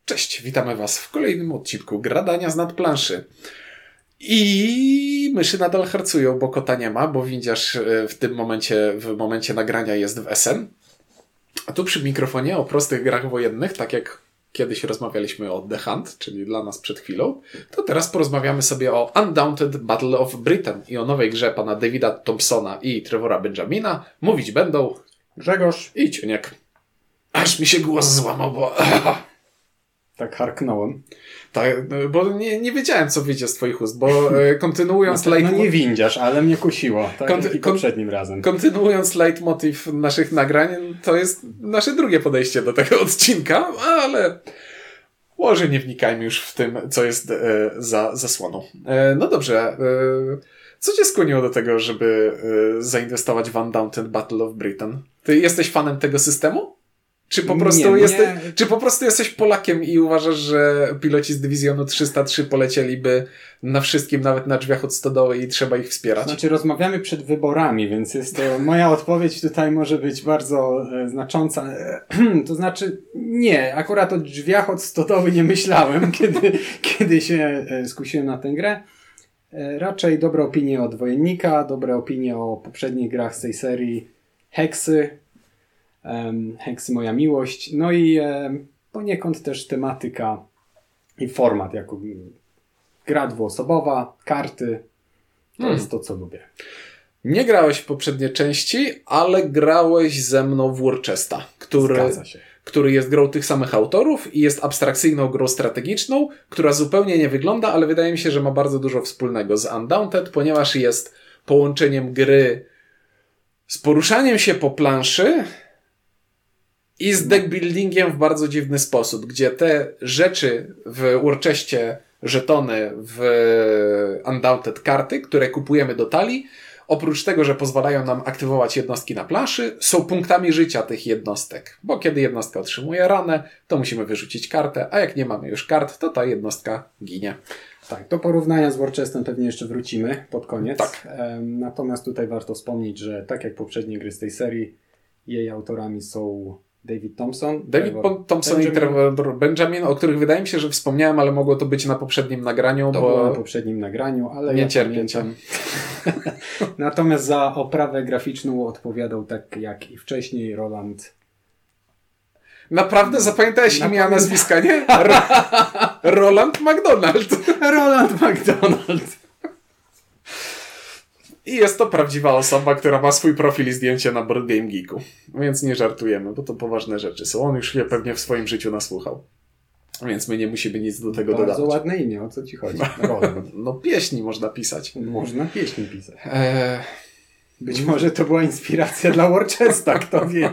Cześć, witamy Was w kolejnym odcinku Gradania z nadplanszy. I myszy nadal harcują, bo kota nie ma, bo windziarz w momencie nagrania jest w SN. A tu przy mikrofonie o prostych grach wojennych, tak jak kiedyś rozmawialiśmy o The Hunt, czyli dla nas przed chwilą, to teraz porozmawiamy sobie o Undaunted Battle of Britain i o nowej grze pana Davida Thompsona i Trevora Benjamina. Mówić będą Grzegorz i Ciuniek. Aż mi się głos złamał, bo... Tak harknąłem. Tak, bo nie wiedziałem, co wyjdzie z twoich ust, bo kontynuując No nie windziarz, ale mnie kusiło, tak jak i poprzednim razem. Kontynuując leitmotiv naszych nagrań, to jest nasze drugie podejście do tego odcinka, ale może nie wnikajmy już w tym, co jest za zasłoną. No dobrze, co cię skłoniło do tego, żeby zainwestować w Undaunted Battle of Britain? Ty jesteś fanem tego systemu? Czy po prostu jesteś Polakiem i uważasz, że piloci z dywizjonu 303 polecieliby na wszystkim, nawet na drzwiach od stodoły i trzeba ich wspierać? Znaczy rozmawiamy przed wyborami, więc jest to moja odpowiedź tutaj może być bardzo znacząca. To znaczy nie, akurat o drzwiach od stodoły nie myślałem, kiedy się skusiłem na tę grę. Raczej dobre opinie od Wojennika, dobre opinie o poprzednich grach z tej serii, Heksy moja miłość, no i poniekąd też tematyka i format jako gra dwuosobowa, karty, to jest to, co lubię. Nie grałeś w poprzednie części, ale grałeś ze mną w Worcesta, który jest grą tych samych autorów i jest abstrakcyjną grą strategiczną, która zupełnie nie wygląda, ale wydaje mi się, że ma bardzo dużo wspólnego z Undaunted, ponieważ jest połączeniem gry z poruszaniem się po planszy i z deckbuildingiem w bardzo dziwny sposób, gdzie te rzeczy w Worcestie, żetony, w Undaunted karty, które kupujemy do talii, oprócz tego, że pozwalają nam aktywować jednostki na planszy, są punktami życia tych jednostek. Bo kiedy jednostka otrzymuje ranę, to musimy wyrzucić kartę, a jak nie mamy już kart, to ta jednostka ginie. Tak, do porównania z Worcestem pewnie jeszcze wrócimy pod koniec. Tak. Natomiast tutaj warto wspomnieć, że tak jak poprzednie gry z tej serii, jej autorami są David Thompson i Trevor Benjamin, o których wydaje mi się, że wspomniałem, ale mogło to być na poprzednim nagraniu. To było na poprzednim nagraniu, ale nie cierpięcia. Natomiast za oprawę graficzną odpowiadał tak jak i wcześniej Roland. Naprawdę? Zapamiętałeś imię, a nazwiska, nie? Roland McDonald. Roland McDonald. I jest to prawdziwa osoba, która ma swój profil i zdjęcie na Board Game Geeku. Więc nie żartujemy, bo to poważne rzeczy są. On już je pewnie w swoim życiu nasłuchał. Więc my nie musimy nic do tego dodać. Bardzo ładne imię, o co ci chodzi? Roland. No pieśni można pisać. Można pieśni pisać. Być może to była inspiracja dla Worcesta, kto wie.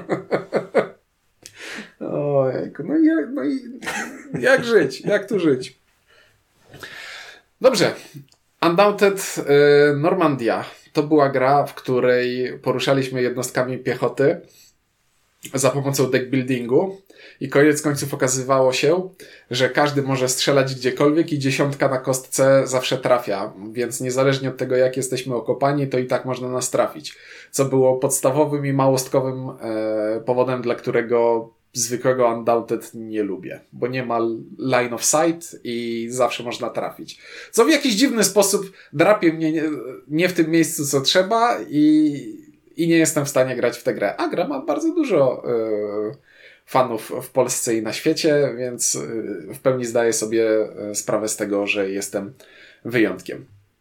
Ojejku, no i jak żyć? Jak tu żyć? Dobrze. Undaunted Normandia to była gra, w której poruszaliśmy jednostkami piechoty za pomocą deckbuildingu i koniec końców okazywało się, że każdy może strzelać gdziekolwiek i 10 na kostce zawsze trafia, więc niezależnie od tego, jak jesteśmy okopani, to i tak można nas trafić. Co było podstawowym i małostkowym powodem, dla którego zwykłego Undaunted nie lubię, bo nie ma line of sight i zawsze można trafić. Co w jakiś dziwny sposób drapie mnie nie w tym miejscu, co trzeba i nie jestem w stanie grać w tę grę. A gra ma bardzo dużo fanów w Polsce i na świecie, więc w pełni zdaję sobie sprawę z tego, że jestem wyjątkiem.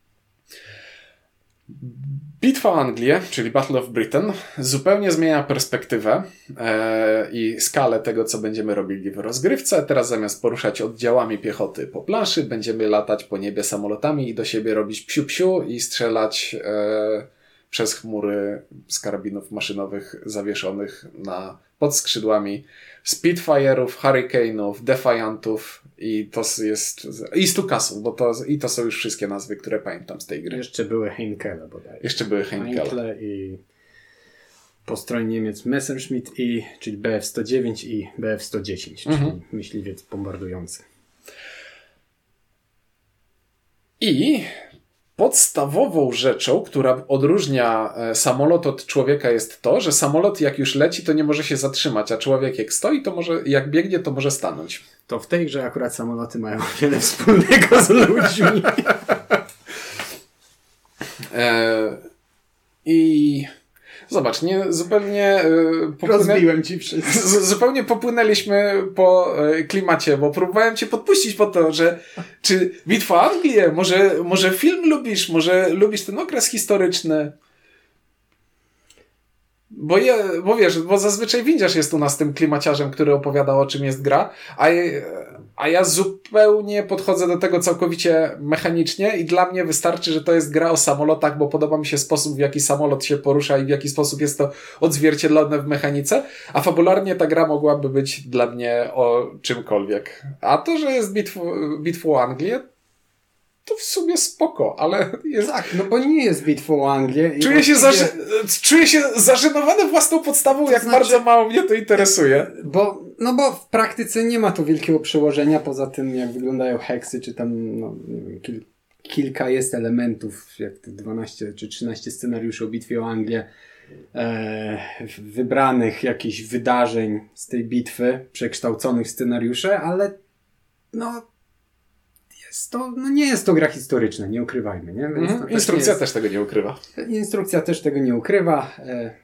Bitwa o Anglię, czyli Battle of Britain, zupełnie zmienia perspektywę i skalę tego, co będziemy robili w rozgrywce. Teraz zamiast poruszać oddziałami piechoty po planszy, będziemy latać po niebie samolotami i do siebie robić psiu-psiu i strzelać przez chmury z karabinów maszynowych zawieszonych pod skrzydłami Spitfire'ów, Hurricane'ów, Defiantów i Stukasów, bo to są już wszystkie nazwy, które pamiętam z tej gry. Jeszcze były Heinkele bodaj. Jeszcze były Heinkele. I po stronie Niemiec Messerschmitt, czyli Bf-109 i Bf-110, czyli myśliwiec bombardujący. I podstawową rzeczą, która odróżnia samolot od człowieka jest to, że samolot jak już leci, to nie może się zatrzymać, a człowiek jak stoi, to może, jak biegnie, to może stanąć. To w tej grze akurat samoloty mają wiele wspólnego z ludźmi. I zobacz, nie zupełnie rozbiłem ci wszystko. Zupełnie popłynęliśmy po klimacie, bo próbowałem cię podpuścić po to, że czy Bitwa o Anglię, może film lubisz, może lubisz ten okres historyczny. Bo wiesz, bo zazwyczaj Windziarz jest u nas tym klimaciarzem, który opowiada, o czym jest gra, a ja zupełnie podchodzę do tego całkowicie mechanicznie i dla mnie wystarczy, że to jest gra o samolotach, bo podoba mi się sposób, w jaki samolot się porusza i w jaki sposób jest to odzwierciedlone w mechanice, a fabularnie ta gra mogłaby być dla mnie o czymkolwiek. A to, że jest bitwą o Anglię, to w sumie spoko, ale jest... Tak, no bo nie jest bitwą o Anglię. Czuję się zażenowany własną podstawą, jak bardzo mało mnie to interesuje. Bo w praktyce nie ma tu wielkiego przełożenia, poza tym jak wyglądają heksy, czy tam nie wiem, kilka jest elementów, jak te 12 czy 13 scenariuszy o bitwie o Anglię, wybranych jakichś wydarzeń z tej bitwy, przekształconych w scenariusze, ale nie jest to gra historyczna, nie ukrywajmy. Nie? Więc Instrukcja też tego nie ukrywa. Instrukcja też tego nie ukrywa.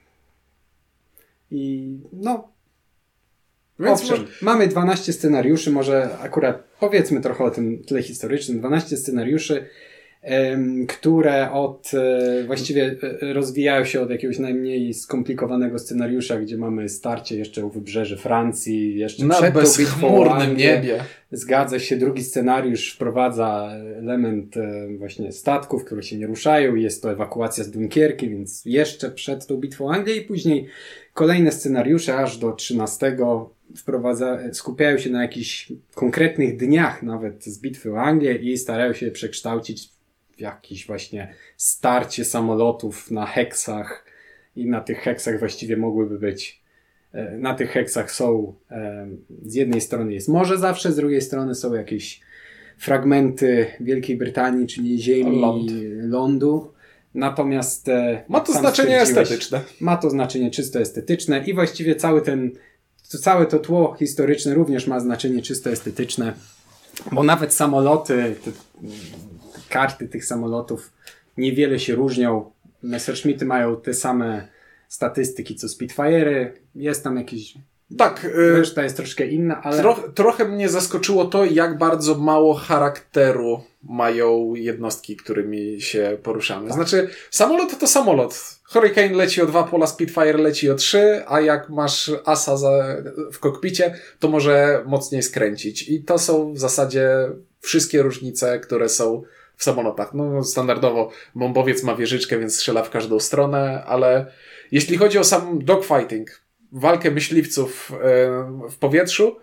Więc mamy 12 scenariuszy, może akurat powiedzmy trochę o tym tle historycznym. 12 scenariuszy, które właściwie rozwijają się od jakiegoś najmniej skomplikowanego scenariusza, gdzie mamy starcie jeszcze u wybrzeży Francji, jeszcze przed tą bitwą o Anglię. Zgadza się, drugi scenariusz wprowadza element właśnie statków, które się nie ruszają, jest to ewakuacja z Dunkierki, więc jeszcze przed tą bitwą o Anglię i później kolejne scenariusze aż do 13 skupiają się na jakichś konkretnych dniach nawet z bitwy o Anglię i starają się przekształcić w jakieś właśnie starcie samolotów na heksach i na tych heksach właściwie mogłyby być na tych heksach są z jednej strony jest morze zawsze, z drugiej strony są jakieś fragmenty Wielkiej Brytanii, czyli ziemi, lądu. Natomiast ma to znaczenie estetyczne. Ma to znaczenie czysto estetyczne i właściwie całe to tło historyczne również ma znaczenie czysto estetyczne, bo nawet samoloty, te karty tych samolotów niewiele się różnią. Messerschmitty mają te same statystyki co Spitfire'y. Jest tam jakieś... Tak. Reszta jest troszkę inna, ale... Trochę mnie zaskoczyło to, jak bardzo mało charakteru mają jednostki, którymi się poruszamy. Tak. Znaczy, samolot to samolot. Hurricane leci o 2 pola, Spitfire leci o 3, a jak masz asa w kokpicie, to może mocniej skręcić. I to są w zasadzie wszystkie różnice, które są w samolotach. No, standardowo bombowiec ma wieżyczkę, więc strzela w każdą stronę, ale jeśli chodzi o sam dogfighting, walkę myśliwców w powietrzu,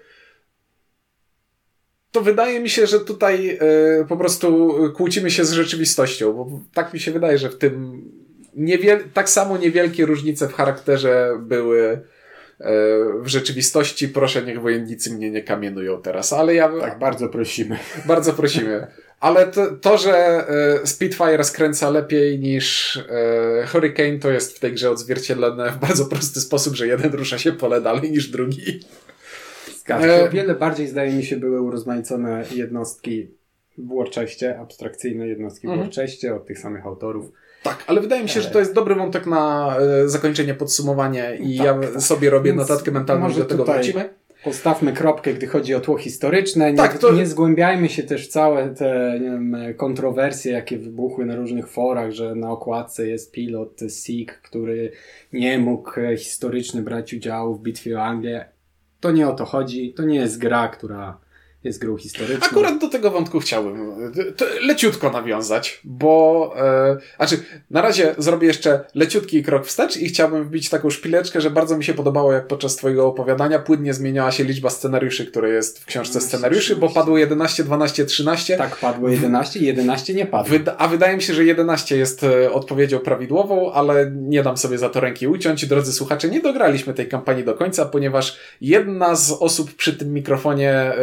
to wydaje mi się, że tutaj po prostu kłócimy się z rzeczywistością, bo tak mi się wydaje, że w tym tak samo niewielkie różnice w charakterze były w rzeczywistości. Proszę, niech wojennicy mnie nie kamienują teraz, ale Tak, bardzo prosimy. Bardzo prosimy. Ale to, że Spitfire skręca lepiej niż Hurricane, to jest w tej grze odzwierciedlone w bardzo prosty sposób, że jeden rusza się pole dalej niż drugi. Zgadza się. O wiele bardziej, zdaje mi się, były urozmaicone jednostki w Warchestie, abstrakcyjne jednostki w Warchestie od tych samych autorów. Tak, ale wydaje mi się, że to jest dobry wątek na zakończenie, podsumowanie i tak. Sobie robię notatkę mentalną, do tego wrócimy. Postawmy kropkę, gdy chodzi o tło historyczne. Nie zgłębiajmy się też w całe te kontrowersje, jakie wybuchły na różnych forach, że na okładce jest pilot Sikh, który nie mógł historycznie brać udziału w bitwie o Anglię. To nie o to chodzi. To nie jest gra, która jest grą historyczną. Akurat do tego wątku chciałbym leciutko nawiązać, bo na razie zrobię jeszcze leciutki krok wstecz i chciałbym wbić taką szpileczkę, że bardzo mi się podobało, jak podczas twojego opowiadania płynnie zmieniała się liczba scenariuszy, które jest w książce scenariuszy, bo padło 11, 12, 13. Tak, padło 11 i 11 nie padło. A wydaje mi się, że 11 jest odpowiedzią prawidłową, ale nie dam sobie za to ręki uciąć. Drodzy słuchacze, nie dograliśmy tej kampanii do końca, ponieważ jedna z osób przy tym mikrofonie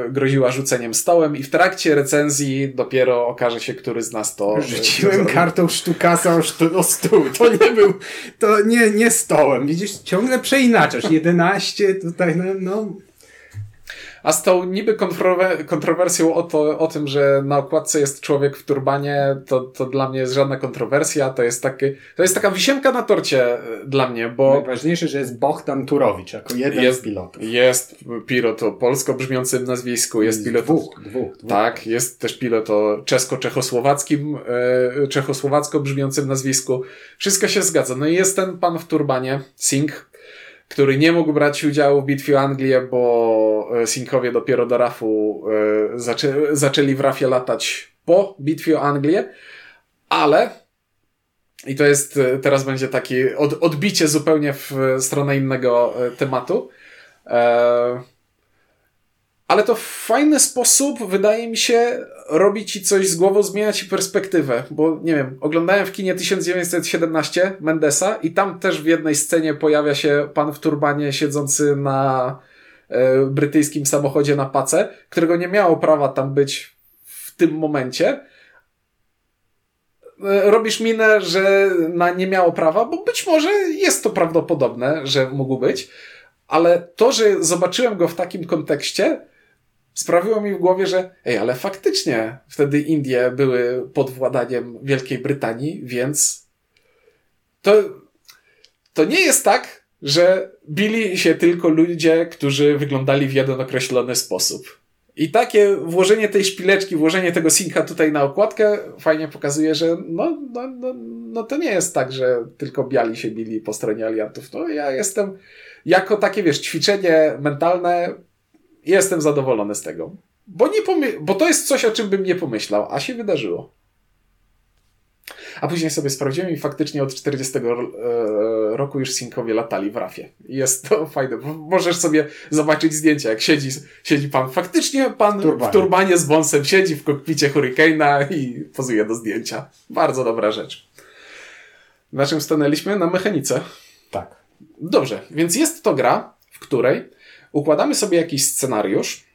groziła rzuceniem stołem i w trakcie recenzji dopiero okaże się, który z nas to... Rzuciłem kartą sztukasa o stół. To nie był... To nie stołem. Widzisz, ciągle przeinaczasz. 11 tutaj, no... A z tą niby kontrowersją o tym, że na okładce jest człowiek w turbanie, to dla mnie jest żadna kontrowersja. To jest taka wisienka na torcie dla mnie, bo... Najważniejsze, że jest Bohdan Turowicz jako jeden z pilotów. Jest pilot o polsko brzmiącym nazwisku. Jest pilot dwóch. Tak, jest też pilot o czechosłowacko brzmiącym nazwisku. Wszystko się zgadza. No i jest ten pan w turbanie, Singh, który nie mógł brać udziału w bitwie o Anglię, bo Singhowie dopiero do RAF-u zaczęli w RAF-ie latać po bitwie o Anglię, ale i to jest, teraz będzie takie odbicie zupełnie w stronę innego tematu, ale to w fajny sposób, wydaje mi się, robi ci coś z głową, zmienia ci perspektywę, bo nie wiem, oglądałem w kinie 1917 Mendesa i tam też w jednej scenie pojawia się pan w turbanie siedzący na brytyjskim samochodzie na pace, którego nie miało prawa tam być w tym momencie. Robisz minę, że nie miało prawa, bo być może jest to prawdopodobne, że mógł być, ale to, że zobaczyłem go w takim kontekście, sprawiło mi w głowie, że ale faktycznie wtedy Indie były pod władaniem Wielkiej Brytanii, więc to nie jest tak, że bili się tylko ludzie, którzy wyglądali w jeden określony sposób. I takie włożenie tej szpileczki, włożenie tego Singha tutaj na okładkę fajnie pokazuje, że no to nie jest tak, że tylko biali się bili po stronie aliantów. No ja jestem jako takie, ćwiczenie mentalne, jestem zadowolony z tego. Bo to jest coś, o czym bym nie pomyślał, a się wydarzyło. A później sobie sprawdziłem i faktycznie od 40 roku już Singhowie latali w RAF-ie. Jest to fajne. Możesz sobie zobaczyć zdjęcia, jak siedzi pan. Faktycznie pan w turbanie z wąsem siedzi w kokpicie Hurricane'a i pozuje do zdjęcia. Bardzo dobra rzecz. Na czym stanęliśmy? Na mechanice. Tak. Dobrze, więc jest to gra, w której układamy sobie jakiś scenariusz,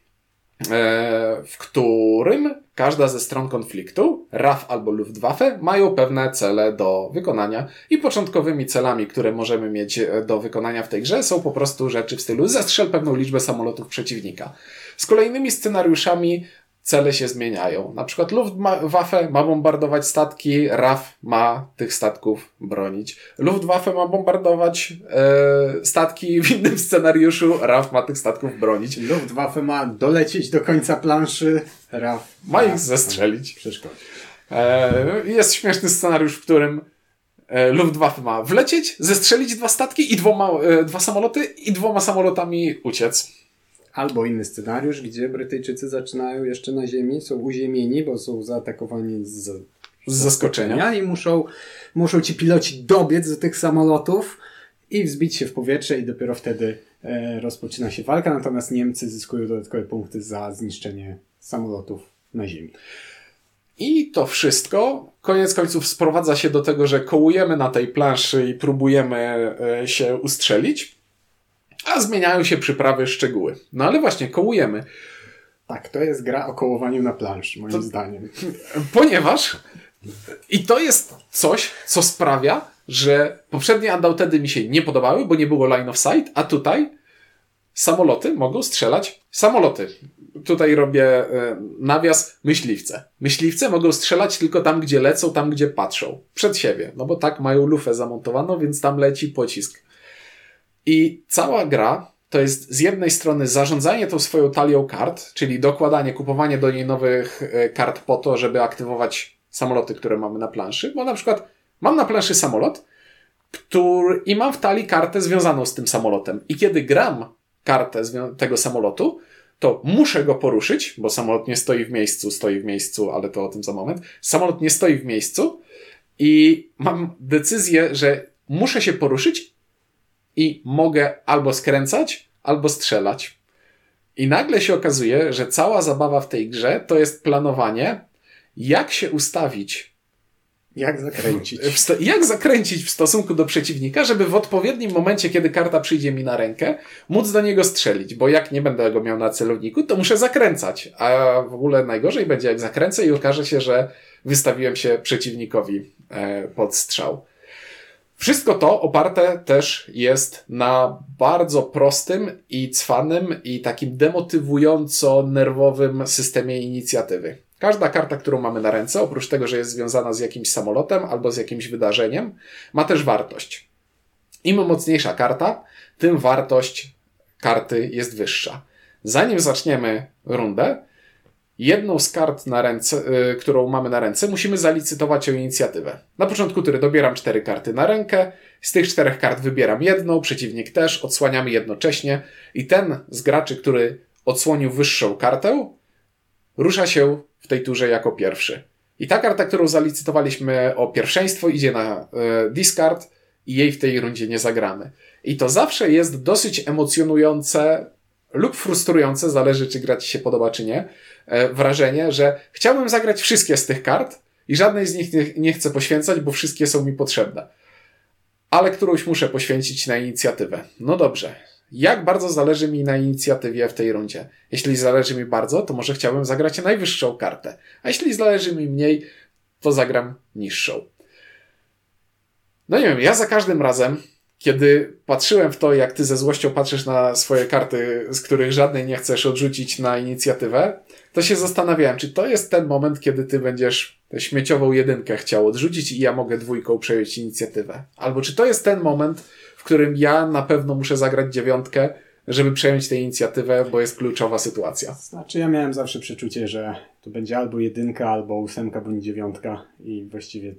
w którym każda ze stron konfliktu, RAF albo Luftwaffe, mają pewne cele do wykonania i początkowymi celami, które możemy mieć do wykonania w tej grze, są po prostu rzeczy w stylu zastrzel pewną liczbę samolotów przeciwnika. Z kolejnymi scenariuszami cele się zmieniają. Na przykład Luftwaffe ma bombardować statki, RAF ma tych statków bronić. Luftwaffe ma bombardować statki w innym scenariuszu, RAF ma tych statków bronić. Luftwaffe ma dolecieć do końca planszy, RAF ma ich zestrzelić. Przeszkodzić. Jest śmieszny scenariusz, w którym Luftwaffe ma wlecieć, zestrzelić 2 statki i 2 samoloty i 2 samolotami uciec. Albo inny scenariusz, gdzie Brytyjczycy zaczynają jeszcze na ziemi, są uziemieni, bo są zaatakowani z zaskoczenia i muszą ci piloci dobiec do tych samolotów i wzbić się w powietrze i dopiero wtedy rozpoczyna się walka, natomiast Niemcy zyskują dodatkowe punkty za zniszczenie samolotów na ziemi. I to wszystko koniec końców sprowadza się do tego, że kołujemy na tej planszy i próbujemy się ustrzelić, a zmieniają się przyprawy, szczegóły. No ale właśnie, kołujemy. Tak, to jest gra o kołowaniu na planszy, moim zdaniem. Ponieważ i to jest coś, co sprawia, że poprzednie Undaunted mi się nie podobały, bo nie było line of sight, a tutaj samoloty mogą strzelać. Samoloty. Tutaj robię nawias, myśliwce. Myśliwce mogą strzelać tylko tam, gdzie lecą, tam, gdzie patrzą. Przed siebie. No bo tak mają lufę zamontowaną, więc tam leci pocisk. I cała gra to jest z jednej strony zarządzanie tą swoją talią kart, czyli dokładanie, kupowanie do niej nowych kart po to, żeby aktywować samoloty, które mamy na planszy. Bo na przykład mam na planszy samolot i mam w talii kartę związaną z tym samolotem. I kiedy gram kartę tego samolotu, to muszę go poruszyć, bo samolot nie stoi w miejscu, ale to o tym za moment. Samolot nie stoi w miejscu i mam decyzję, że muszę się poruszyć i mogę albo skręcać, albo strzelać. I nagle się okazuje, że cała zabawa w tej grze to jest planowanie, jak się ustawić Jak zakręcić? Jak zakręcić w stosunku do przeciwnika, żeby w odpowiednim momencie, kiedy karta przyjdzie mi na rękę, móc do niego strzelić, bo jak nie będę go miał na celowniku, to muszę zakręcać, a w ogóle najgorzej będzie, jak zakręcę i okaże się, że wystawiłem się przeciwnikowi pod strzał. Wszystko to oparte też jest na bardzo prostym i cwanym i takim demotywująco nerwowym systemie inicjatywy. Każda karta, którą mamy na ręce, oprócz tego, że jest związana z jakimś samolotem albo z jakimś wydarzeniem, ma też wartość. Im mocniejsza karta, tym wartość karty jest wyższa. Zanim zaczniemy rundę, jedną z kart na ręce, którą mamy na ręce, musimy zalicytować o inicjatywę. Na początku tury dobieram 4 karty na rękę, z tych 4 kart wybieram jedną, przeciwnik też, odsłaniamy jednocześnie i ten z graczy, który odsłonił wyższą kartę, rusza się w tej turze jako pierwszy. I ta karta, którą zalicytowaliśmy o pierwszeństwo, idzie na discard i jej w tej rundzie nie zagramy. I to zawsze jest dosyć emocjonujące lub frustrujące, zależy czy gra ci się podoba czy nie, wrażenie, że chciałbym zagrać wszystkie z tych kart i żadnej z nich nie chcę poświęcać, bo wszystkie są mi potrzebne. Ale którąś muszę poświęcić na inicjatywę. No dobrze. Jak bardzo zależy mi na inicjatywie w tej rundzie? Jeśli zależy mi bardzo, to może chciałbym zagrać najwyższą kartę. A jeśli zależy mi mniej, to zagram niższą. No nie wiem, ja za każdym razem, kiedy patrzyłem w to, jak ty ze złością patrzysz na swoje karty, z których żadnej nie chcesz odrzucić na inicjatywę, to się zastanawiałem, czy to jest ten moment, kiedy ty będziesz tę śmieciową 1 chciał odrzucić i ja mogę 2 przejąć inicjatywę. Albo czy to jest ten moment, w którym ja na pewno muszę zagrać 9, żeby przejąć tę inicjatywę, bo jest kluczowa sytuacja. Znaczy ja miałem zawsze przeczucie, że to będzie albo 1, albo 8, bądź 9 i właściwie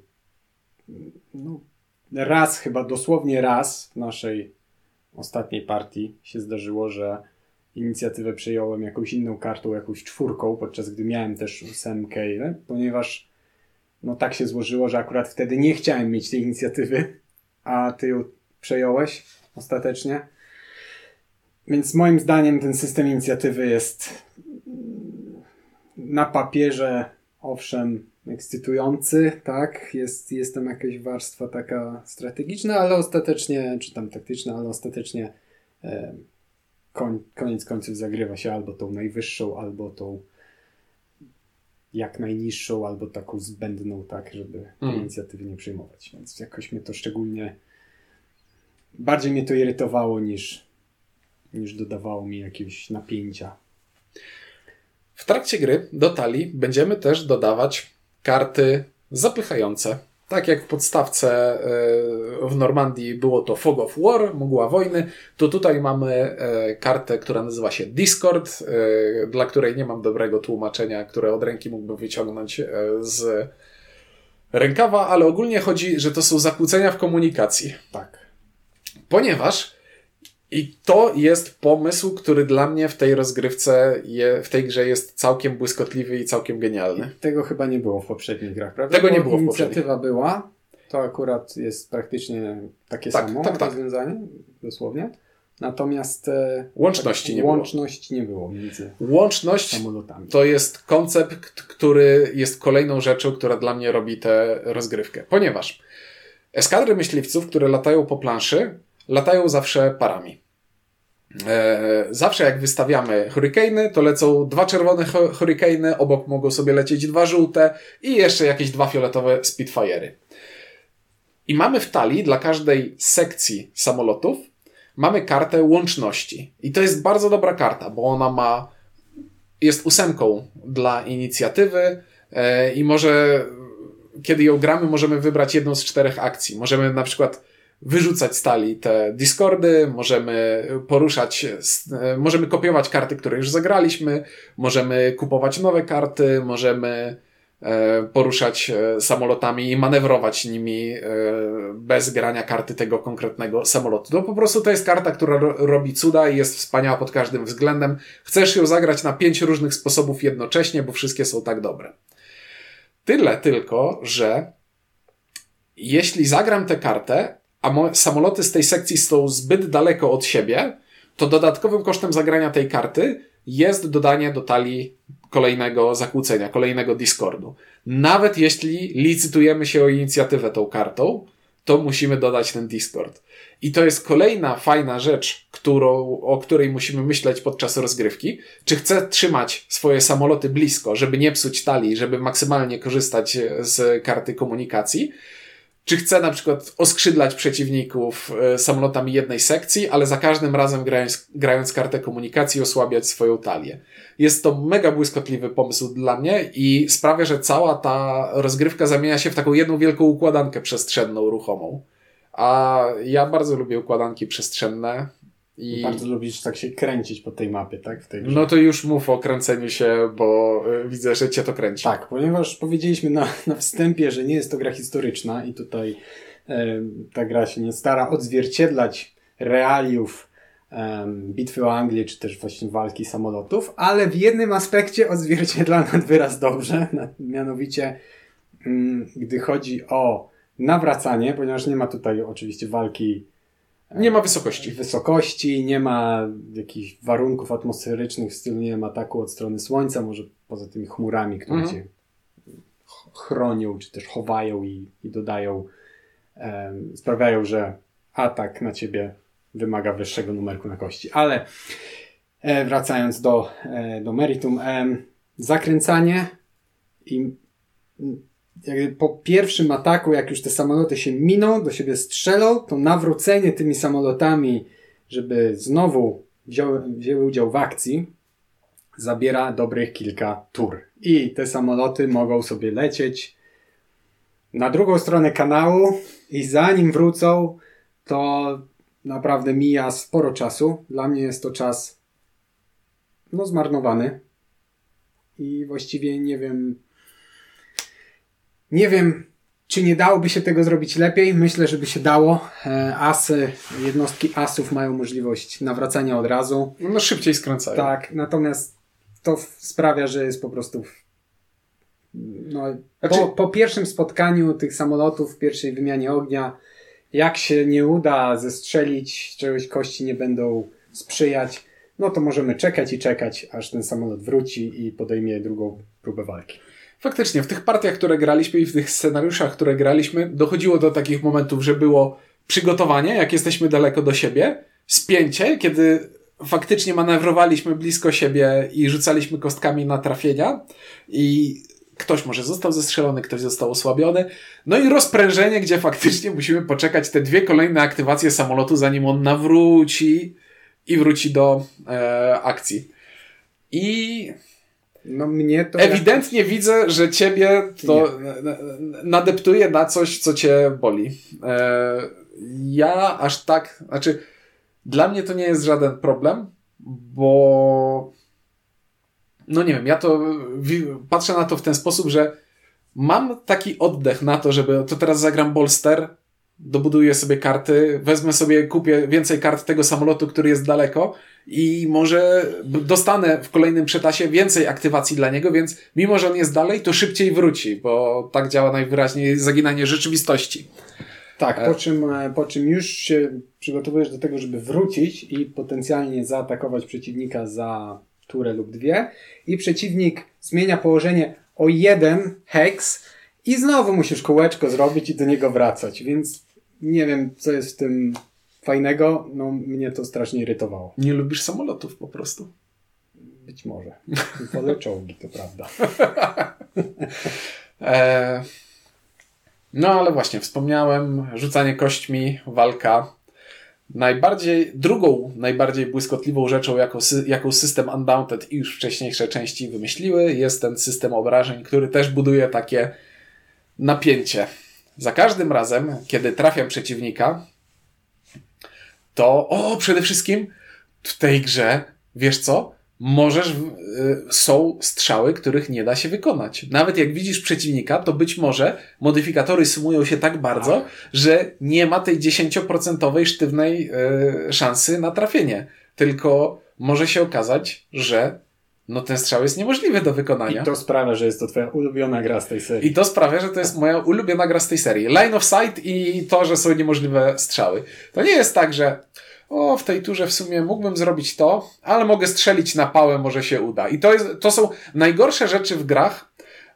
raz, chyba dosłownie raz w naszej ostatniej partii się zdarzyło, że inicjatywę przejąłem jakąś inną kartą, jakąś 4, podczas gdy miałem też 8, ponieważ tak się złożyło, że akurat wtedy nie chciałem mieć tej inicjatywy, a ty ją przejąłeś ostatecznie. Więc moim zdaniem ten system inicjatywy jest na papierze, owszem, ekscytujący, tak? Jest tam jakaś warstwa taka strategiczna, ale ostatecznie, czy tam taktyczna, ale ostatecznie koniec końców zagrywa się albo tą najwyższą, albo tą jak najniższą, albo taką zbędną, tak, żeby tej inicjatywy nie przyjmować. Więc jakoś mnie to szczególnie bardziej mnie to irytowało niż dodawało mi jakiegoś napięcia. W trakcie gry do talii będziemy też dodawać karty zapychające. Tak jak w podstawce w Normandii było to Fog of War, mgła wojny, to tutaj mamy kartę, która nazywa się Discord, dla której nie mam dobrego tłumaczenia, które od ręki mógłbym wyciągnąć z rękawa, ale ogólnie chodzi, że to są zakłócenia w komunikacji. Tak. Ponieważ i to jest pomysł, który dla mnie w tej rozgrywce, w tej grze jest całkiem błyskotliwy i całkiem genialny. Tego chyba nie było w poprzednich grach, prawda? Tego nie było w poprzednich. Inicjatywa była, to akurat jest praktycznie takie samo rozwiązanie, dosłownie. Natomiast łączności nie było między samolotami. To jest koncept, który jest kolejną rzeczą, która dla mnie robi tę rozgrywkę. Ponieważ eskadry myśliwców, które latają po planszy, latają zawsze parami. Zawsze jak wystawiamy hurricane, to lecą 2 czerwone hurricane, obok mogą sobie lecieć 2 żółte i jeszcze jakieś 2 fioletowe Spitfire'y. I mamy w talii dla każdej sekcji samolotów mamy kartę łączności. I to jest bardzo dobra karta, bo ona jest 8 dla inicjatywy i może, kiedy ją gramy, możemy wybrać jedną z 4 akcji. Możemy na przykład wyrzucać z talii te Discordy, możemy kopiować karty, które już zagraliśmy, możemy kupować nowe karty, możemy poruszać samolotami i manewrować nimi bez grania karty tego konkretnego samolotu. To po prostu to jest karta, która robi cuda i jest wspaniała pod każdym względem. Chcesz ją zagrać na 5 różnych sposobów jednocześnie, bo wszystkie są tak dobre. Tyle tylko, że jeśli zagram tę kartę, a samoloty z tej sekcji są zbyt daleko od siebie, to dodatkowym kosztem zagrania tej karty jest dodanie do talii kolejnego zakłócenia, kolejnego Discordu. Nawet jeśli licytujemy się o inicjatywę tą kartą, to musimy dodać ten Discord. I to jest kolejna fajna rzecz, o której musimy myśleć podczas rozgrywki. Czy chcę trzymać swoje samoloty blisko, żeby nie psuć talii, żeby maksymalnie korzystać z karty komunikacji? Czy chcę na przykład oskrzydlać przeciwników samolotami jednej sekcji, ale za każdym razem grając kartę komunikacji osłabiać swoją talię? Jest to mega błyskotliwy pomysł dla mnie i sprawia, że cała ta rozgrywka zamienia się w taką jedną wielką układankę przestrzenną, ruchomą. A ja bardzo lubię układanki przestrzenne. I bardzo lubisz tak się kręcić po tej mapie, tak? W tej grze. No to już mów o kręceniu się, bo widzę, że cię to kręci. Tak, ponieważ powiedzieliśmy na wstępie, że nie jest to gra historyczna i tutaj ta gra się nie stara odzwierciedlać realiów bitwy o Anglię, czy też właśnie walki samolotów, ale w jednym aspekcie odzwierciedla nad wyraz dobrze, mianowicie gdy chodzi o nawracanie, ponieważ nie ma tutaj oczywiście walki. Nie ma wysokości, nie ma jakichś warunków atmosferycznych w stylu, nie ma ataku od strony słońca, może poza tymi chmurami, które cię chronią, czy też chowają i dodają, sprawiają, że atak na ciebie wymaga wyższego numerku na kości. Ale wracając do meritum, zakręcanie i jakby po pierwszym ataku, jak już te samoloty się miną, do siebie strzelą, to nawrócenie tymi samolotami, żeby znowu wzięły udział w akcji, zabiera dobrych kilka tur. I te samoloty mogą sobie lecieć na drugą stronę kanału i zanim wrócą, to naprawdę mija sporo czasu. Dla mnie jest to czas zmarnowany i właściwie nie wiem, czy nie dałoby się tego zrobić lepiej. Myślę, że by się dało. Jednostki asów mają możliwość nawracania od razu. No szybciej skręcają. Tak, natomiast to sprawia, że jest po prostu po pierwszym spotkaniu tych samolotów, w pierwszej wymianie ognia, jak się nie uda zestrzelić, czegoś kości nie będą sprzyjać, no to możemy czekać i czekać, aż ten samolot wróci i podejmie drugą próbę walki. Faktycznie, w tych partiach, które graliśmy i w tych scenariuszach, które graliśmy, dochodziło do takich momentów, że było przygotowanie, jak jesteśmy daleko do siebie, spięcie, kiedy faktycznie manewrowaliśmy blisko siebie i rzucaliśmy kostkami na trafienia i ktoś może został zestrzelony, ktoś został osłabiony. No i rozprężenie, gdzie faktycznie musimy poczekać te 2 kolejne aktywacje samolotu, zanim on nawróci i wróci do akcji. I mnie to ewidentnie widzę, że ciebie to nadeptuje na coś, co cię boli. Ja aż tak, dla mnie to nie jest żaden problem, bo nie wiem, ja to patrzę na to w ten sposób, że mam taki oddech na to, żeby to teraz zagram bolster, dobuduję sobie karty, wezmę sobie, kupię więcej kart tego samolotu, który jest daleko i może dostanę w kolejnym przetasie więcej aktywacji dla niego, więc mimo, że on jest dalej, to szybciej wróci, bo tak działa najwyraźniej zaginanie rzeczywistości. Tak, po czym już się przygotowujesz do tego, żeby wrócić i potencjalnie zaatakować przeciwnika za turę lub 2 i przeciwnik zmienia położenie o 1 heks i znowu musisz kółeczko zrobić i do niego wracać, więc nie wiem, co jest w tym fajnego, mnie to strasznie irytowało. Nie lubisz samolotów po prostu? Być może. Wolę czołgi, to prawda. Ale właśnie, wspomniałem, rzucanie kośćmi, walka. Drugą najbardziej błyskotliwą rzeczą, jaką system Undaunted i już wcześniejsze części wymyśliły, jest ten system obrażeń, który też buduje takie napięcie. Za każdym razem, kiedy trafiam przeciwnika, to przede wszystkim w tej grze, wiesz co, są strzały, których nie da się wykonać. Nawet jak widzisz przeciwnika, to być może modyfikatory sumują się tak bardzo, że nie ma tej 10% sztywnej szansy na trafienie. Tylko może się okazać, że ten strzał jest niemożliwy do wykonania. I to sprawia, że jest to twoja ulubiona gra z tej serii. I to sprawia, że to jest moja ulubiona gra z tej serii. Line of sight i to, że są niemożliwe strzały. To nie jest tak, że w tej turze w sumie mógłbym zrobić to, ale mogę strzelić na pałę, może się uda. I to są najgorsze rzeczy w grach.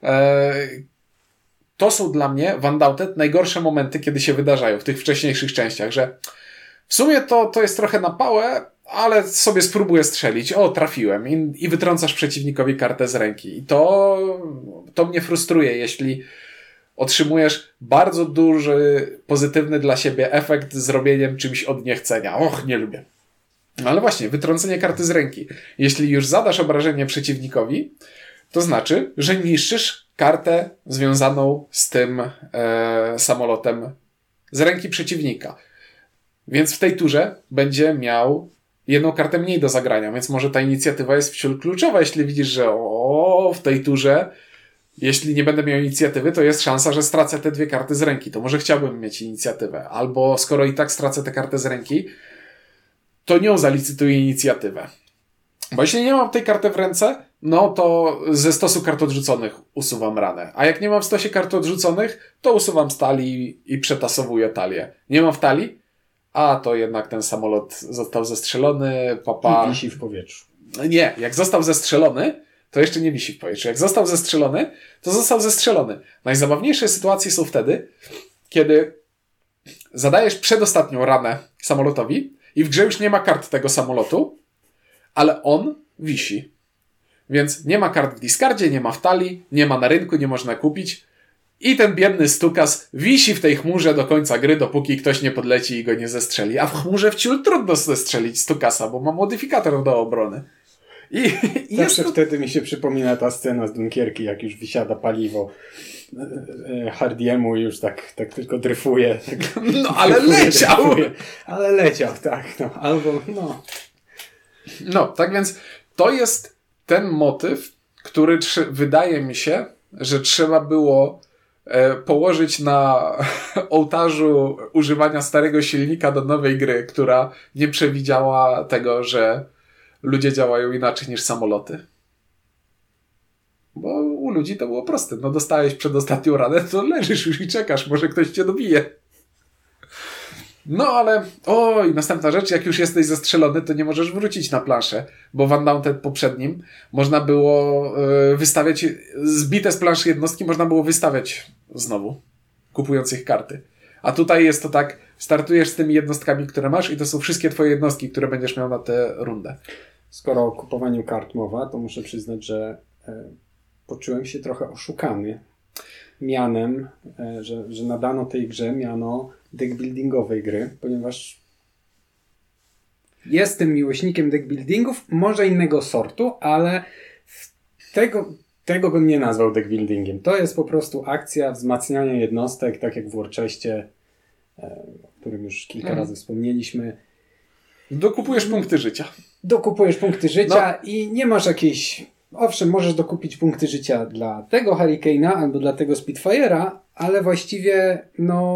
To są dla mnie w Undaunted najgorsze momenty, kiedy się wydarzają w tych wcześniejszych częściach, że w sumie to jest trochę na pałę, ale sobie spróbuję strzelić. Trafiłem. I wytrącasz przeciwnikowi kartę z ręki. I to mnie frustruje, jeśli otrzymujesz bardzo duży, pozytywny dla siebie efekt z robieniem czymś od niechcenia. Nie lubię. Ale właśnie, wytrącenie karty z ręki. Jeśli już zadasz obrażenie przeciwnikowi, to znaczy, że niszczysz kartę związaną z tym samolotem z ręki przeciwnika. Więc w tej turze będzie miał jedną kartę mniej do zagrania, więc może ta inicjatywa jest wciąż kluczowa, jeśli widzisz, że w tej turze, jeśli nie będę miał inicjatywy, to jest szansa, że stracę te 2 karty z ręki. To może chciałbym mieć inicjatywę. Albo skoro i tak stracę tę kartę z ręki, to nią zalicytuję inicjatywę. Bo jeśli nie mam tej karty w ręce, to ze stosu kart odrzuconych usuwam ranę. A jak nie mam w stosie kart odrzuconych, to usuwam z talii i przetasowuję talię. Nie mam w talii? To jednak ten samolot został zestrzelony, I wisi w powietrzu. Nie, jak został zestrzelony, to jeszcze nie wisi w powietrzu. Jak został zestrzelony, to został zestrzelony. Najzabawniejsze sytuacje są wtedy, kiedy zadajesz przedostatnią ranę samolotowi i w grze już nie ma kart tego samolotu, ale on wisi. Więc nie ma kart w discardzie, nie ma w talii, nie ma na rynku, nie można kupić. I ten biedny stukas wisi w tej chmurze do końca gry, dopóki ktoś nie podleci i go nie zestrzeli. A w chmurze wciul trudno zestrzelić stukasa, bo ma modyfikator do obrony. Zawsze wtedy mi się przypomina ta scena z Dunkierki, jak już wysiada paliwo Hardiemu i już tak tylko dryfuje. Tak, ale leciał! Ale leciał, tak. Tak więc to jest ten motyw, który wydaje mi się, że trzeba było położyć na ołtarzu używania starego silnika do nowej gry, która nie przewidziała tego, że ludzie działają inaczej niż samoloty. Bo u ludzi to było proste. Dostałeś przedostatnią ranę, to leżysz już i czekasz, może ktoś cię dobije. Ale i następna rzecz, jak już jesteś zestrzelony, to nie możesz wrócić na planszę, bo w Undaunted poprzednim można było wystawiać, zbite z planszy jednostki można było wystawiać znowu, kupując ich karty. A tutaj jest to tak, startujesz z tymi jednostkami, które masz i to są wszystkie twoje jednostki, które będziesz miał na tę rundę. Skoro o kupowaniu kart mowa, to muszę przyznać, że poczułem się trochę oszukany mianem, że nadano tej grze miano deckbuildingowej gry, ponieważ jestem miłośnikiem deckbuildingów, może innego sortu, ale tego bym nie nazwał deckbuildingiem. To jest po prostu akcja wzmacniania jednostek, tak jak w Warchestie, o którym już kilka razy wspomnieliśmy. Dokupujesz punkty życia. Dokupujesz punkty życia i nie masz jakiejś... Owszem, możesz dokupić punkty życia dla tego Hurricane'a albo dla tego Spitfire'a, ale właściwie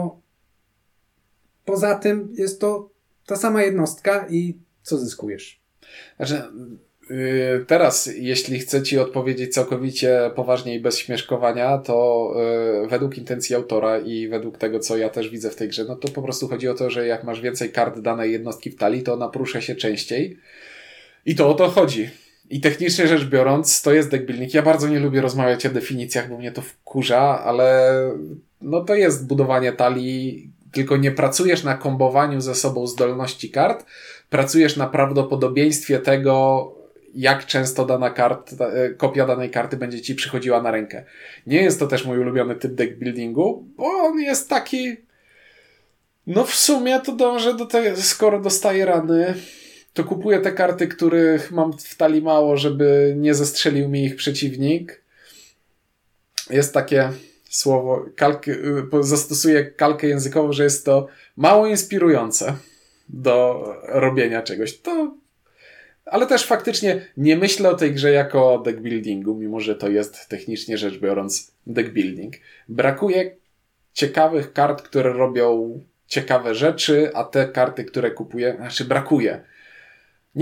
poza tym jest to ta sama jednostka i co zyskujesz? Znaczy, teraz, jeśli chcę ci odpowiedzieć całkowicie poważnie i bez śmieszkowania, to według intencji autora i według tego, co ja też widzę w tej grze, to po prostu chodzi o to, że jak masz więcej kart danej jednostki w talii, to ona porusza się częściej. I to o to chodzi. I technicznie rzecz biorąc, to jest deckbuilding. Ja bardzo nie lubię rozmawiać o definicjach, bo mnie to wkurza, ale to jest budowanie talii, tylko nie pracujesz na kombowaniu ze sobą zdolności kart, pracujesz na prawdopodobieństwie tego, jak często kopia danej karty będzie ci przychodziła na rękę. Nie jest to też mój ulubiony typ deckbuildingu, bo on jest taki... w sumie to dążę do tego, skoro dostaję rany, to kupuję te karty, których mam w talii mało, żeby nie zestrzelił mi ich przeciwnik. Jest takie słowo, zastosuję kalkę językową, że jest to mało inspirujące do robienia czegoś. Ale też faktycznie nie myślę o tej grze jako o deckbuildingu, mimo że to jest technicznie rzecz biorąc deckbuilding. Brakuje ciekawych kart, które robią ciekawe rzeczy, a te karty, które kupuję, brakuje.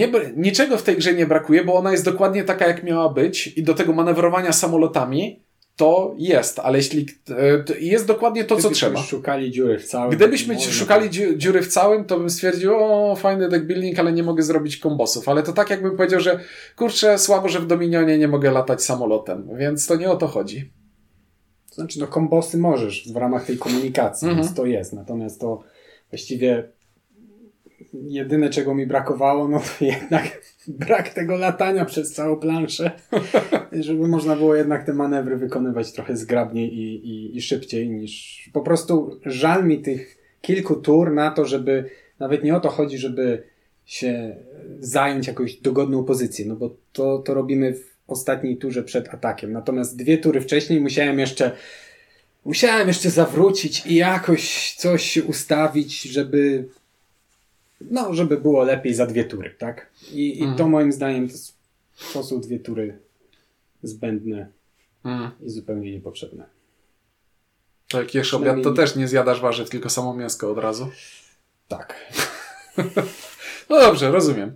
Niczego w tej grze nie brakuje, bo ona jest dokładnie taka, jak miała być i do tego manewrowania samolotami to jest, ale jeśli jest dokładnie to, co trzeba. Gdybyśmy szukali dziury w całym. Gdybyśmy szukali dziury w całym, to bym stwierdził, fajny deck building, ale nie mogę zrobić kombosów. Ale to tak jakbym powiedział, że kurczę, słabo, że w Dominionie nie mogę latać samolotem, więc to nie o to chodzi. To znaczy, kombosy możesz w ramach tej komunikacji, więc to jest. Natomiast to właściwie jedyne, czego mi brakowało, no to jednak brak tego latania przez całą planszę, żeby można było jednak te manewry wykonywać trochę zgrabniej i szybciej niż... Po prostu żal mi tych kilku tur na to, żeby... Nawet nie o to chodzi, żeby się zająć jakąś dogodną pozycję, no bo to robimy w ostatniej turze przed atakiem. Natomiast 2 tury wcześniej musiałem jeszcze zawrócić i jakoś coś ustawić, żeby było lepiej za 2 tury, tak? I to moim zdaniem to są 2 tury zbędne i zupełnie niepotrzebne. To jak jesz obiad, to też nie zjadasz warzyw, tylko samo mięsko od razu. Tak. No dobrze, rozumiem.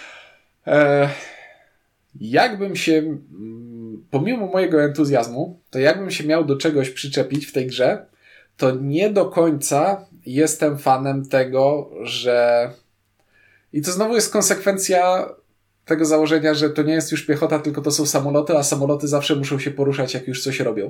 Jakbym się, pomimo mojego entuzjazmu, to jakbym się miał do czegoś przyczepić w tej grze, to nie do końca jestem fanem tego, że... I to znowu jest konsekwencja tego założenia, że to nie jest już piechota, tylko to są samoloty, a samoloty zawsze muszą się poruszać, jak już coś robią.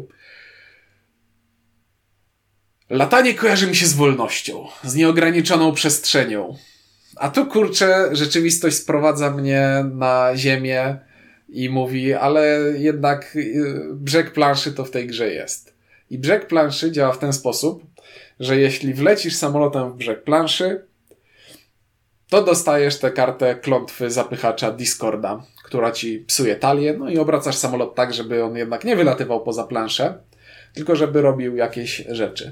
Latanie kojarzy mi się z wolnością, z nieograniczoną przestrzenią. A tu, kurczę, rzeczywistość sprowadza mnie na ziemię i mówi, ale jednak brzeg planszy to w tej grze jest. I brzeg planszy działa w ten sposób, że jeśli wlecisz samolotem w brzeg planszy, to dostajesz tę kartę klątwy zapychacza Discorda, która ci psuje talię, no i obracasz samolot tak, żeby on jednak nie wylatywał poza planszę, tylko żeby robił jakieś rzeczy.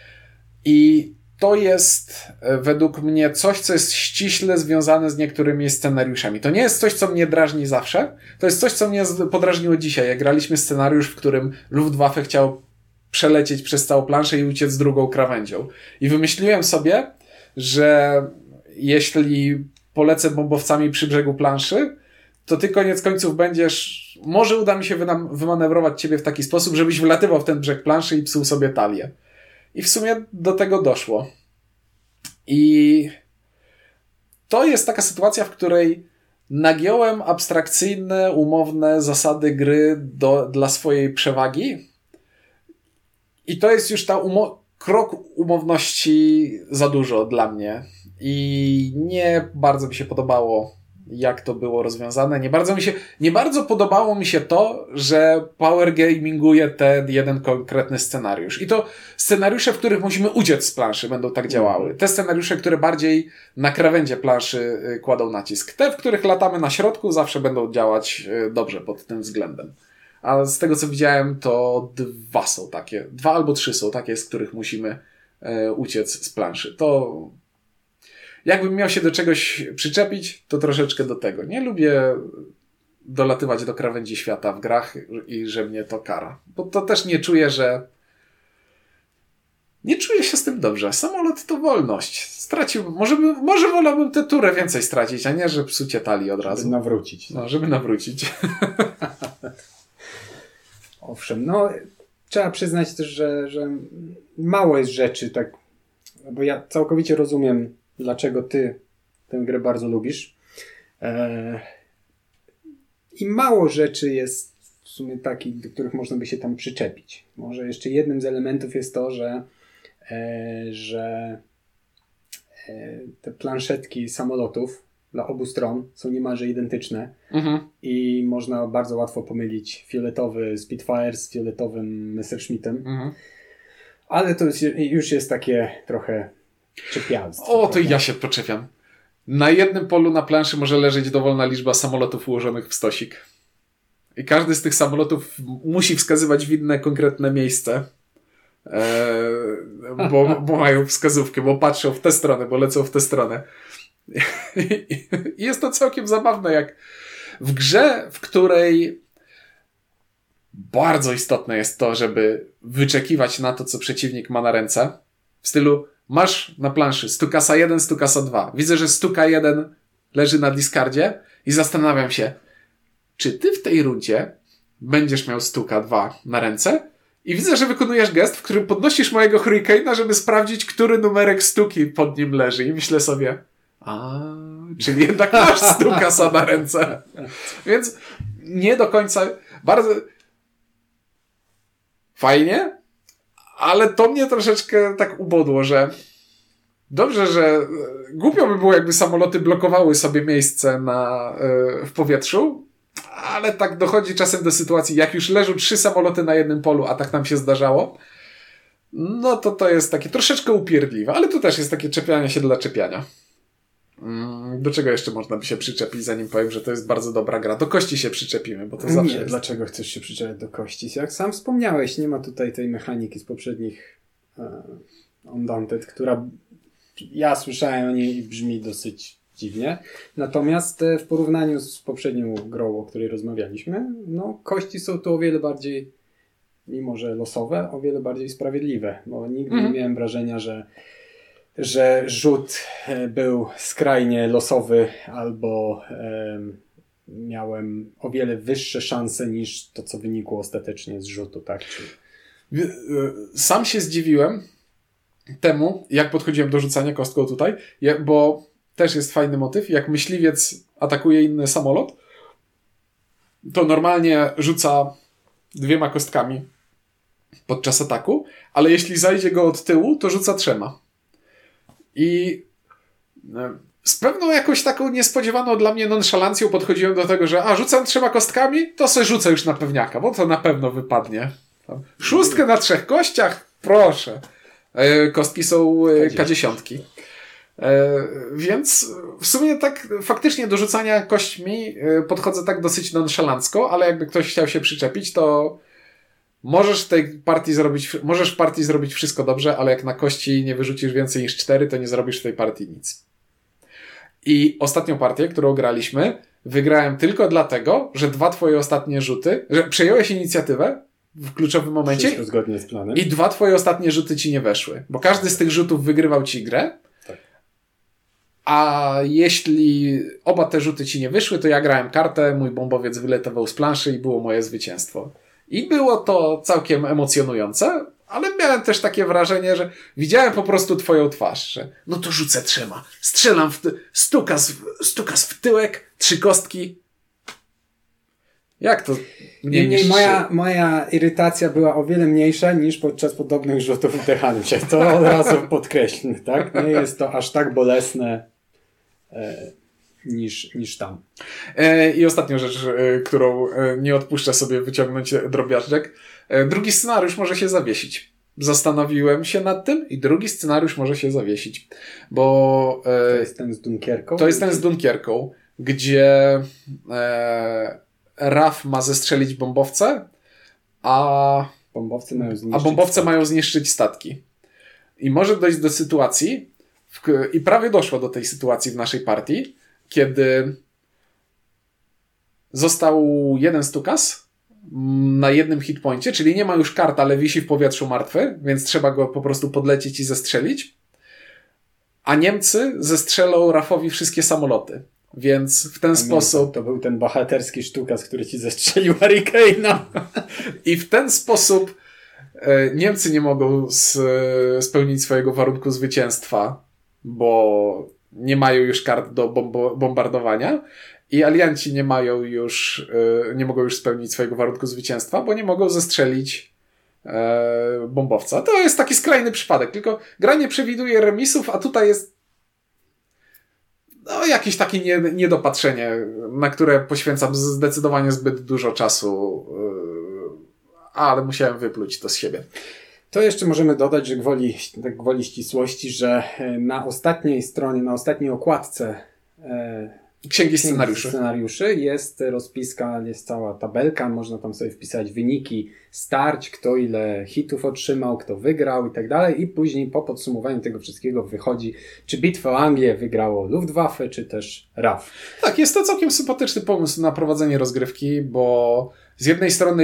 I to jest według mnie coś, co jest ściśle związane z niektórymi scenariuszami. To nie jest coś, co mnie drażni zawsze. To jest coś, co mnie podrażniło dzisiaj. Jak graliśmy scenariusz, w którym Luftwaffe chciał przelecieć przez całą planszę i uciec drugą krawędzią. I wymyśliłem sobie, że jeśli polecę bombowcami przy brzegu planszy, to ty koniec końców może uda mi się wymanewrować ciebie w taki sposób, żebyś wylatywał w ten brzeg planszy i psuł sobie talię. I w sumie do tego doszło. I to jest taka sytuacja, w której nagiąłem abstrakcyjne, umowne zasady gry dla swojej przewagi. I to jest już krok umowności za dużo dla mnie. I nie bardzo mi się podobało, jak to było rozwiązane. Nie bardzo podobało mi się to, że power gaminguje ten jeden konkretny scenariusz. I to scenariusze, w których musimy uciec z planszy, będą tak działały. Te scenariusze, które bardziej na krawędzie planszy kładą nacisk. Te, w których latamy na środku, zawsze będą działać dobrze pod tym względem. A z tego, co widziałem, to 2 są takie. 2 albo 3 są takie, z których musimy uciec z planszy. To jakbym miał się do czegoś przyczepić, to troszeczkę do tego. Nie lubię dolatywać do krawędzi świata w grach i że mnie to kara. Bo to też nie czuję się z tym dobrze. Samolot to wolność. Może wolałbym tę turę więcej stracić, a nie, że psucie talii od razu. Żeby nawrócić. No, żeby nawrócić. Owszem, trzeba przyznać też, że mało jest rzeczy, tak, bo ja całkowicie rozumiem, dlaczego ty tę grę bardzo lubisz. I mało rzeczy jest w sumie takich, do których można by się tam przyczepić. Może jeszcze jednym z elementów jest to, że te planszetki samolotów dla obu stron są niemalże identyczne i można bardzo łatwo pomylić fioletowy Spitfire z fioletowym Messerschmittem. Ale to już jest takie trochę czepialstwo. To ja się poczepiam. Na jednym polu na planszy może leżeć dowolna liczba samolotów ułożonych w stosik. I każdy z tych samolotów musi wskazywać w inne konkretne miejsce. Bo mają wskazówkę, bo patrzą w tę stronę, bo lecą w tę stronę. I jest to całkiem zabawne, jak w grze, w której bardzo istotne jest to, żeby wyczekiwać na to, co przeciwnik ma na ręce. W stylu masz na planszy stukasa 1, stukasa 2. Widzę, że stuka 1 leży na discardzie i zastanawiam się, czy ty w tej rundzie będziesz miał stuka 2 na ręce i widzę, że wykonujesz gest, w którym podnosisz mojego Hurricane'a, żeby sprawdzić, który numerek stuki pod nim leży i myślę sobie, czyli jednak masz stukasa na ręce. Więc nie do końca, bardzo fajnie, ale to mnie troszeczkę tak ubodło, że dobrze, że głupio by było, jakby samoloty blokowały sobie miejsce w powietrzu, ale tak dochodzi czasem do sytuacji, jak już leżą 3 samoloty na jednym polu, a tak nam się zdarzało, no to jest takie troszeczkę upierdliwe, ale to też jest takie czepianie się dla czepiania. Do czego jeszcze można by się przyczepić, zanim powiem, że to jest bardzo dobra gra? Do kości się przyczepimy, bo to zawsze nie, jest. Dlaczego chcesz się przyczepiać do kości? Jak sam wspomniałeś, nie ma tutaj tej mechaniki z poprzednich Undaunted, która ja słyszałem o niej i brzmi dosyć dziwnie. Natomiast w porównaniu z poprzednią grą, o której rozmawialiśmy, no kości są tu o wiele bardziej, mimo że losowe, o wiele bardziej sprawiedliwe, bo nigdy nie miałem wrażenia, że rzut był skrajnie losowy albo miałem o wiele wyższe szanse niż to, co wynikło ostatecznie z rzutu, tak? Sam się zdziwiłem temu, jak podchodziłem do rzucania kostką tutaj, bo też jest fajny motyw. Jak myśliwiec atakuje inny samolot, to normalnie rzuca 2 kostkami podczas ataku, ale jeśli zajdzie go od tyłu, to rzuca 3. I z pewną jakąś taką niespodziewaną dla mnie nonszalancją podchodziłem do tego, że rzucam 3 kostkami, to sobie rzucę już na pewniaka, bo to na pewno wypadnie. 6 na 3 kościach? Proszę. Kostki są K10. Więc w sumie tak faktycznie do rzucania kośćmi podchodzę tak dosyć nonszalancko, ale jakby ktoś chciał się przyczepić, to możesz w partii zrobić wszystko dobrze, ale jak na kości nie wyrzucisz więcej niż 4, to nie zrobisz w tej partii nic. I ostatnią partię, którą graliśmy, wygrałem tylko dlatego, że 2 twoje ostatnie rzuty, że przejąłeś inicjatywę w kluczowym momencie. Wszystko zgodnie z planem. I 2 twoje ostatnie rzuty ci nie weszły. Bo każdy z tych rzutów wygrywał ci grę. Tak. A jeśli oba te rzuty ci nie wyszły, to ja grałem kartę, mój bombowiec wyletował z planszy i było moje zwycięstwo. I było to całkiem emocjonujące, ale miałem też takie wrażenie, że widziałem po prostu twoją twarz, że no to rzucę 3. Strzelam stukas w tyłek, 3 kostki. Jak to? Niemniej moja irytacja była o wiele mniejsza niż podczas podobnych rzutów w Dehancie. To od razu podkreślmy, tak? Nie jest to aż tak bolesne niż tam. I ostatnią rzecz, którą nie odpuszczę sobie wyciągnąć drobiażdżek. Drugi scenariusz może się zawiesić. Zastanowiłem się nad tym i drugi scenariusz może się zawiesić. Bo to jest ten z Dunkierką? To jest ten z Dunkierką, gdzie RAF ma zestrzelić bombowce, a bombowce mają zniszczyć statki. I może dojść do sytuacji, i prawie doszło do tej sytuacji w naszej partii, kiedy został 1 stukas na jednym hitpoincie, czyli nie ma już kart, ale wisi w powietrzu martwy, więc trzeba go po prostu podlecieć i zestrzelić. A Niemcy zestrzelą RAF-owi wszystkie samoloty. Więc w ten sposób... To był ten bohaterski sztukas, który ci zestrzelił Hurricane'a. I w ten sposób Niemcy nie mogą spełnić swojego warunku zwycięstwa, bo nie mają już kart do bombardowania i alianci nie mogą już spełnić swojego warunku zwycięstwa, bo nie mogą zestrzelić bombowca. To jest taki skrajny przypadek, tylko gra nie przewiduje remisów, a tutaj jest jakieś takie niedopatrzenie, na które poświęcam zdecydowanie zbyt dużo czasu, ale musiałem wypluć to z siebie. To jeszcze możemy dodać, że gwoli ścisłości, że na ostatniej stronie, na ostatniej okładce Księgi scenariuszy jest rozpiska, jest cała tabelka, można tam sobie wpisać wyniki starć, kto ile hitów otrzymał, kto wygrał i tak dalej i później po podsumowaniu tego wszystkiego wychodzi, czy bitwę o Anglię wygrało Luftwaffe, czy też RAF. Tak, jest to całkiem sympatyczny pomysł na prowadzenie rozgrywki, bo z jednej strony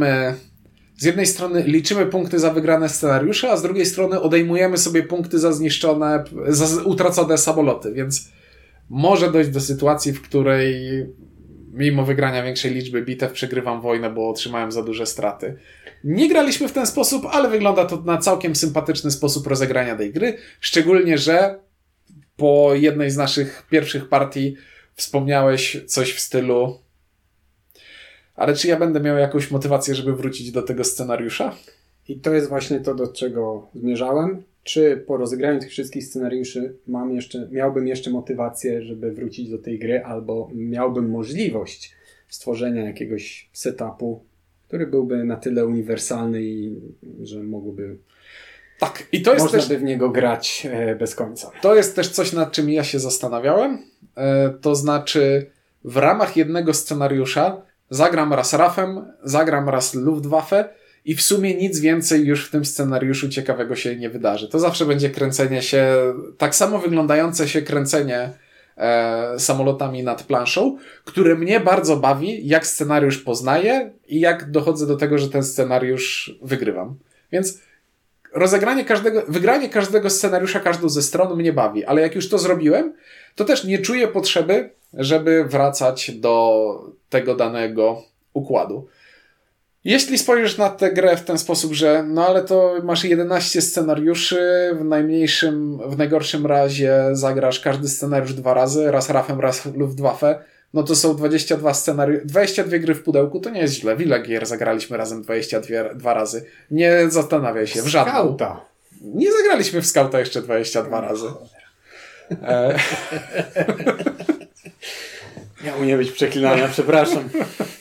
liczymy punkty za wygrane scenariusze, a z drugiej strony odejmujemy sobie punkty za utracone samoloty, więc może dojść do sytuacji, w której mimo wygrania większej liczby bitew przegrywam wojnę, bo otrzymałem za duże straty. Nie graliśmy w ten sposób, ale wygląda to na całkiem sympatyczny sposób rozegrania tej gry, szczególnie, że po jednej z naszych pierwszych partii wspomniałeś coś w stylu: ale czy ja będę miał jakąś motywację, żeby wrócić do tego scenariusza? I to jest właśnie to, do czego zmierzałem. Czy po rozegraniu tych wszystkich scenariuszy miałbym jeszcze motywację, żeby wrócić do tej gry, albo miałbym możliwość stworzenia jakiegoś setupu, który byłby na tyle uniwersalny i że mógłby... Tak, i to jest można też... by w niego grać bez końca. To jest też coś, nad czym ja się zastanawiałem. To znaczy, w ramach jednego scenariusza zagram raz RAF-em, zagram raz Luftwaffe i w sumie nic więcej już w tym scenariuszu ciekawego się nie wydarzy. To zawsze będzie kręcenie się, tak samo wyglądające się kręcenie samolotami nad planszą, które mnie bardzo bawi, jak scenariusz poznaję i jak dochodzę do tego, że ten scenariusz wygrywam. Więc wygranie każdego scenariusza, każdą ze stron mnie bawi, ale jak już to zrobiłem, to też nie czuję potrzeby, żeby wracać do tego danego układu. Jeśli spojrzysz na tę grę w ten sposób, że no ale to masz 11 scenariuszy, w najgorszym razie zagrasz każdy scenariusz 2 razy, raz RAF-em, raz Luftwaffe, no to są 22 gry w pudełku, to nie jest źle. W ile gier zagraliśmy razem 22 razy? Nie zastanawiaj się, w żadną. Skauta. Nie zagraliśmy w Skauta jeszcze 22 razy. Miało nie być przeklinania, przepraszam.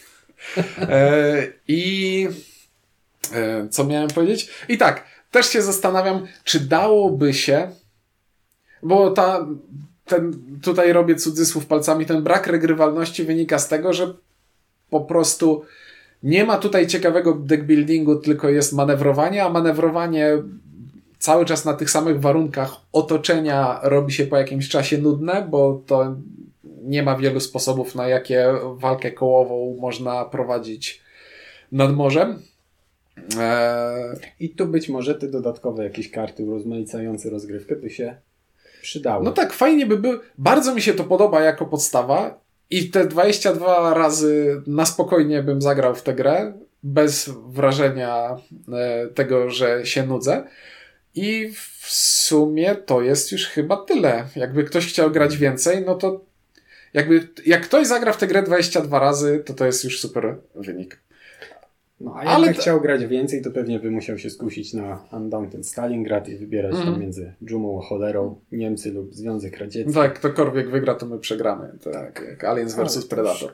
Co miałem powiedzieć? I tak, też się zastanawiam, czy dałoby się, bo tutaj robię cudzysłów palcami, ten brak regrywalności wynika z tego, że po prostu nie ma tutaj ciekawego deckbuildingu, tylko jest manewrowanie, a manewrowanie cały czas na tych samych warunkach otoczenia robi się po jakimś czasie nudne, bo to nie ma wielu sposobów, na jakie walkę kołową można prowadzić nad morzem. I tu być może te dodatkowe jakieś karty urozmaicające rozgrywkę by się przydały. No tak, fajnie by było. Bardzo mi się to podoba jako podstawa i te 22 razy na spokojnie bym zagrał w tę grę, bez wrażenia tego, że się nudzę. I w sumie to jest już chyba tyle. Jakby ktoś chciał grać więcej, no to jak ktoś zagra w tę grę 22 razy, to jest już super wynik. No a jakby chciał grać więcej, to pewnie by musiał się skusić na Undaunted Stalingrad i wybierać tam między dżumą a cholerą, Niemcy lub Związek Radziecki. Tak, ktokolwiek wygra, to my przegramy. Tak, jak Aliens vs Predator.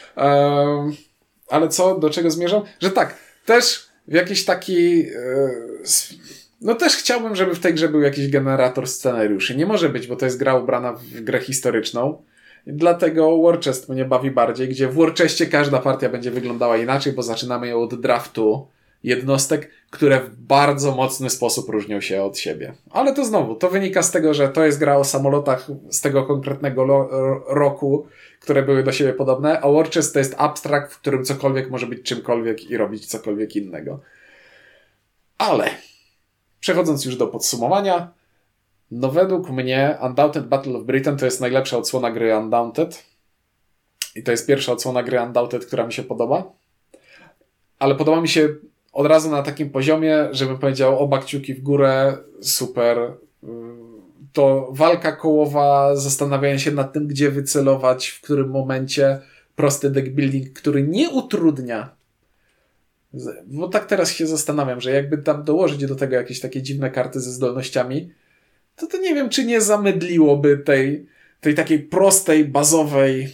Ale do czego zmierzam? Że tak, też w jakiś taki... No też chciałbym, żeby w tej grze był jakiś generator scenariuszy. Nie może być, bo to jest gra ubrana w grę historyczną. Dlatego War Chest mnie bawi bardziej, gdzie w War Chestie każda partia będzie wyglądała inaczej, bo zaczynamy ją od draftu jednostek, które w bardzo mocny sposób różnią się od siebie. Ale to znowu, to wynika z tego, że to jest gra o samolotach z tego konkretnego roku, które były do siebie podobne, a War Chest to jest abstrakt, w którym cokolwiek może być czymkolwiek i robić cokolwiek innego. Ale przechodząc już do podsumowania, no według mnie Undaunted Battle of Britain to jest najlepsza odsłona gry Undaunted. I to jest pierwsza odsłona gry Undaunted, która mi się podoba. Ale podoba mi się od razu na takim poziomie, żebym powiedział oba kciuki w górę, super. To walka kołowa, zastanawianie się nad tym, gdzie wycelować, w którym momencie, prosty deck building, który nie utrudnia. Bo tak teraz się zastanawiam, że jakby tam dołożyć do tego jakieś takie dziwne karty ze zdolnościami, to nie wiem, czy nie zamydliłoby tej takiej prostej, bazowej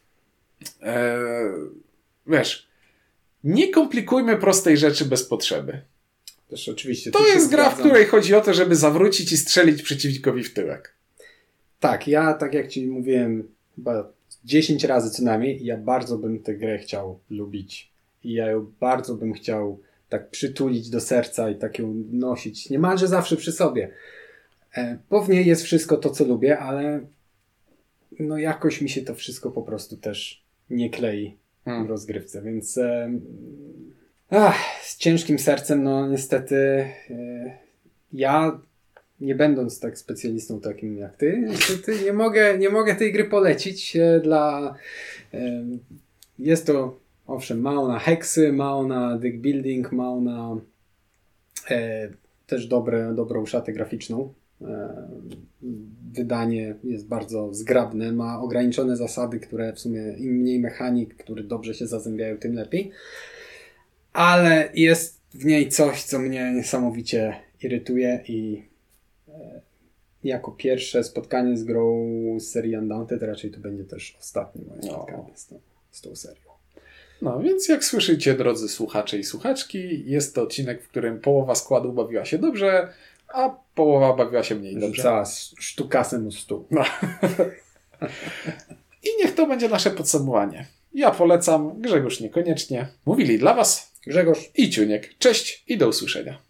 wiesz, nie komplikujmy prostej rzeczy bez potrzeby. Też oczywiście. To jest gra, w której chodzi o to, żeby zawrócić i strzelić przeciwnikowi w tyłek. Tak, ja tak jak ci mówiłem chyba 10 razy co najmniej, ja bardzo bym tę grę chciał lubić. I ja ją bardzo bym chciał tak przytulić do serca i tak ją nosić niemalże zawsze przy sobie. Bo w niej jest wszystko to, co lubię, ale no jakoś mi się to wszystko po prostu też nie klei w rozgrywce, więc z ciężkim sercem, no niestety ja nie będąc tak specjalistą takim jak ty, niestety nie mogę tej gry polecić jest to, owszem, ma ona heksy, ma ona deck building, ma ona też dobrą szatę graficzną. Wydanie jest bardzo zgrabne, ma ograniczone zasady, które w sumie im mniej mechanik, które dobrze się zazębiają, tym lepiej. Ale jest w niej coś, co mnie niesamowicie irytuje i jako pierwsze spotkanie z grą z serii Undaunted raczej to będzie też ostatnie moje spotkanie z tą serią. No więc jak słyszycie, drodzy słuchacze i słuchaczki, jest to odcinek, w którym połowa składu bawiła się dobrze, a połowa bawiła się mniej dobrze. Cała sztukasem o stół. No. I niech to będzie nasze podsumowanie. Ja polecam, Grzegorz niekoniecznie. Mówili dla Was Grzegorz i Ciuniek. Cześć i do usłyszenia.